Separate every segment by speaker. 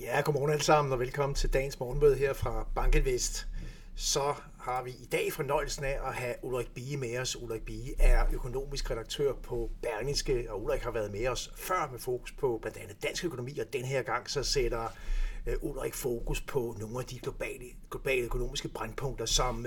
Speaker 1: Ja, godmorgen alle sammen, og velkommen til dagens morgenmøde her fra BankInvest. Så har vi i dag fornøjelsen af at have Ulrik Bie med os. Ulrik Bie er økonomisk redaktør på Berlingske, og Ulrik har været med os før med fokus på blandt andet dansk økonomi, og den her gang så sætter Ulrik fokus på nogle af de globale økonomiske brandpunkter,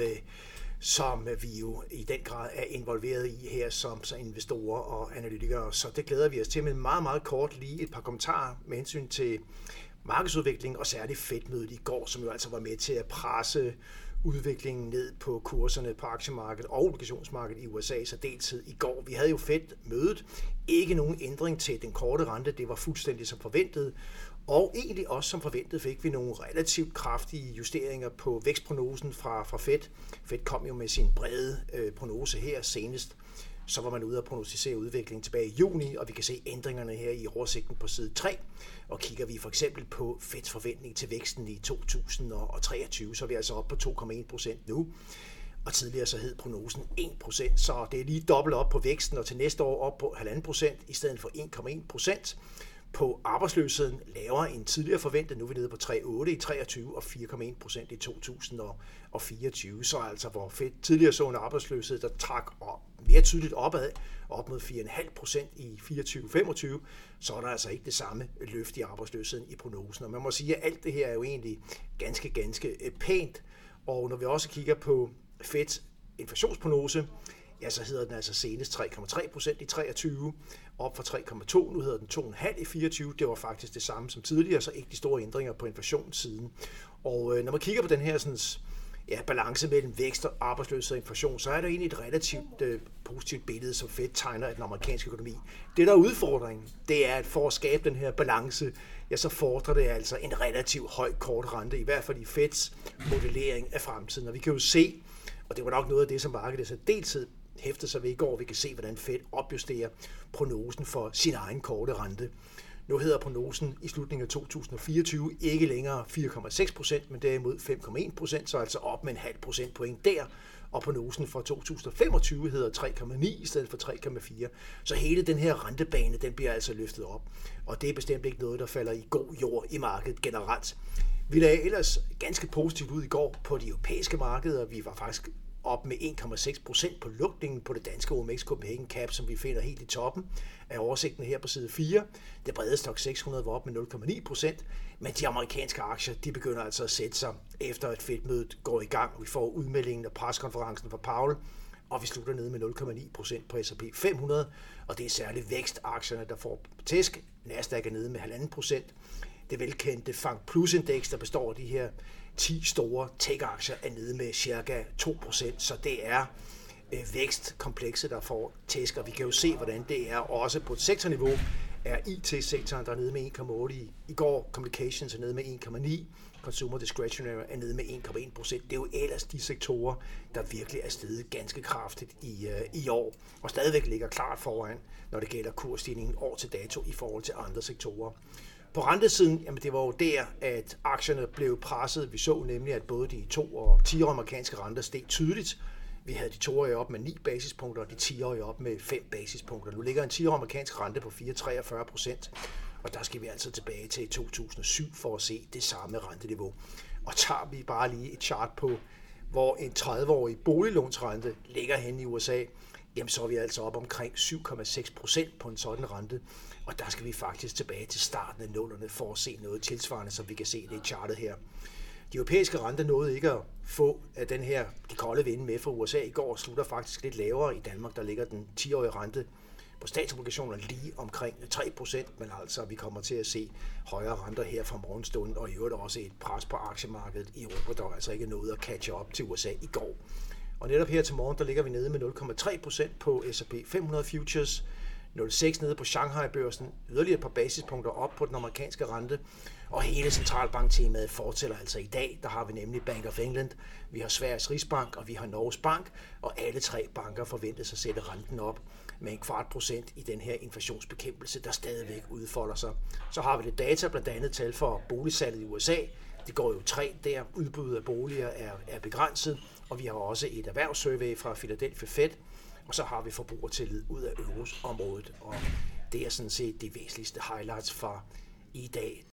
Speaker 1: som vi jo i den grad er involveret i her som investorer og analytikere. Så det glæder vi os til, med meget, meget kort lige et par kommentarer med hensyn til markedsudvikling, og særligt Fed-mødet i går, som jo altså var med til at presse udviklingen ned på kurserne på aktiemarkedet og obligationsmarkedet i USA, så deltid i går. Vi havde jo Fed-mødet, ikke nogen ændring til den korte rente, det var fuldstændig som forventet, og egentlig også som forventet fik vi nogle relativt kraftige justeringer på vækstprognosen fra Fed. Fed kom jo med sin brede prognose her senest. Så var man ude og prognostisere udviklingen tilbage i juni, og vi kan se ændringerne her i oversigten på side 3. Og kigger vi for eksempel på Feds forventning til væksten i 2023, så er vi altså oppe på 2,1% nu. Og tidligere så hed prognosen 1%, så det er lige dobbelt op på væksten, og til næste år op på 1,5% i stedet for 1,1%. På arbejdsløsheden lavere end tidligere forventet. Nu er vi nede på 3,8 i 23 og 4,1% i 2024. Så altså hvor Fed tidligere så en arbejdsløshed, der trak mere tydeligt opad, op mod 4,5% i 24-25, så er der altså ikke det samme løft i arbejdsløsheden i prognosen. Og man må sige, at alt det her er jo egentlig ganske pænt. Og når vi også kigger på Feds inflationsprognose, ja, så hedder den altså senest 3,3% i 23, op fra 3,2, nu hedder den 2,5 i 24. Det var faktisk det samme som tidligere, så ikke de store ændringer på inflationssiden. Og når man kigger på den her balance mellem vækst og arbejdsløshed og inflation, så er der egentlig et relativt positivt billede, som Fed tegner af den amerikanske økonomi. Det, der er udfordringen, det er, at for at skabe den her balance, ja, så fordrer det altså en relativt høj kort rente, i hvert fald i Feds modellering af fremtiden. Og vi kan jo se, og det var nok noget af det, som markedet så deltid hæftede sig ved i går, vi kan se, hvordan Fed opjusterer prognosen for sin egen korte rente. Nu hedder prognosen i slutningen af 2024 ikke længere 4,6%, men derimod 5,1%, så altså op med en halv procentpoint der. Og prognosen for 2025 hedder 3,9 i stedet for 3,4. Så hele den her rentebane, den bliver altså løftet op. Og det er bestemt ikke noget, der falder i god jord i markedet generelt. Vi lagde ellers ganske positivt ud i går på de europæiske markeder. Vi var faktisk op med 1,6% på lukningen på det danske OMX Copenhagen Cap, som vi finder helt i toppen af oversigten her på side 4. Det brede stok 600 var op med 0,9%, men de amerikanske aktier, de begynder altså at sætte sig efter at Fed-mødet går i gang. Vi får udmeldingen af preskonferencen fra Powell, og vi slutter nede med 0,9% på S&P 500, og det er særligt vækstaktierne, der får tæsk. Nasdaq er nede med 1,5%. Det velkendte Fang Plus-indeks, der består af de her 10 store tech-aktier, er nede med cirka 2%, så det er vækstkomplekset, der får tæsk, og vi kan jo se, hvordan det er også på et sektorniveau. Er IT-sektoren, der er nede med 1,8 i går, Communications er nede med 1,9, Consumer Discretionary er nede med 1,1%. Det er jo ellers de sektorer, der virkelig er steget ganske kraftigt i år, og stadigvæk ligger klart foran, når det gælder kursstigningen år til dato i forhold til andre sektorer. På rentesiden, jamen det var jo der, at aktierne blev presset. Vi så nemlig, at både de 2- og 10-årige amerikanske renter steg tydeligt. Vi havde de 2-årige op med 9 basispunkter, og de 10-årige op med 5 basispunkter. Nu ligger en 10-årig amerikansk rente på 4,43%, og der skal vi altså tilbage til 2007 for at se det samme renteniveau. Og tager vi bare lige et chart på, hvor en 30-årig boliglånsrente ligger hen i USA, jamen så er vi altså op omkring 7,6% på en sådan rente. Og der skal vi faktisk tilbage til starten af nullerne for at se noget tilsvarende, som vi kan se det i chartet her. De europæiske renter nåede ikke at få de kolde vinde med fra USA i går, og slutter faktisk lidt lavere i Danmark. Der ligger den 10-årige rente på statsobligationer lige omkring 3%, men altså vi kommer til at se højere renter her fra morgenstunden, og i øvrigt også et pres på aktiemarkedet i Europa, der altså ikke er nået at catche op til USA i går. Og netop her til morgen, der ligger vi nede med 0,3% på S&P 500 Futures, 0,6 nede på Shanghai-børsen, yderligere et par basispunkter op på den amerikanske rente, og hele centralbanktemaet fortsætter altså i dag. Der har vi nemlig Bank of England, vi har Sveriges Rigsbank, og vi har Norges Bank, og alle tre banker forventes at sætte renten op med 0,25% i den her inflationsbekæmpelse, der stadigvæk udfolder sig. Så har vi lidt data, blandt andet tal for boligsalget i USA. Det går jo træt der, udbuddet af boliger er begrænset, og vi har også et erhvervssurvey fra Philadelphia Fed, og så har vi forbrugertillid ud af eurosområdet, og det er sådan set de væsentligste highlights fra i dag,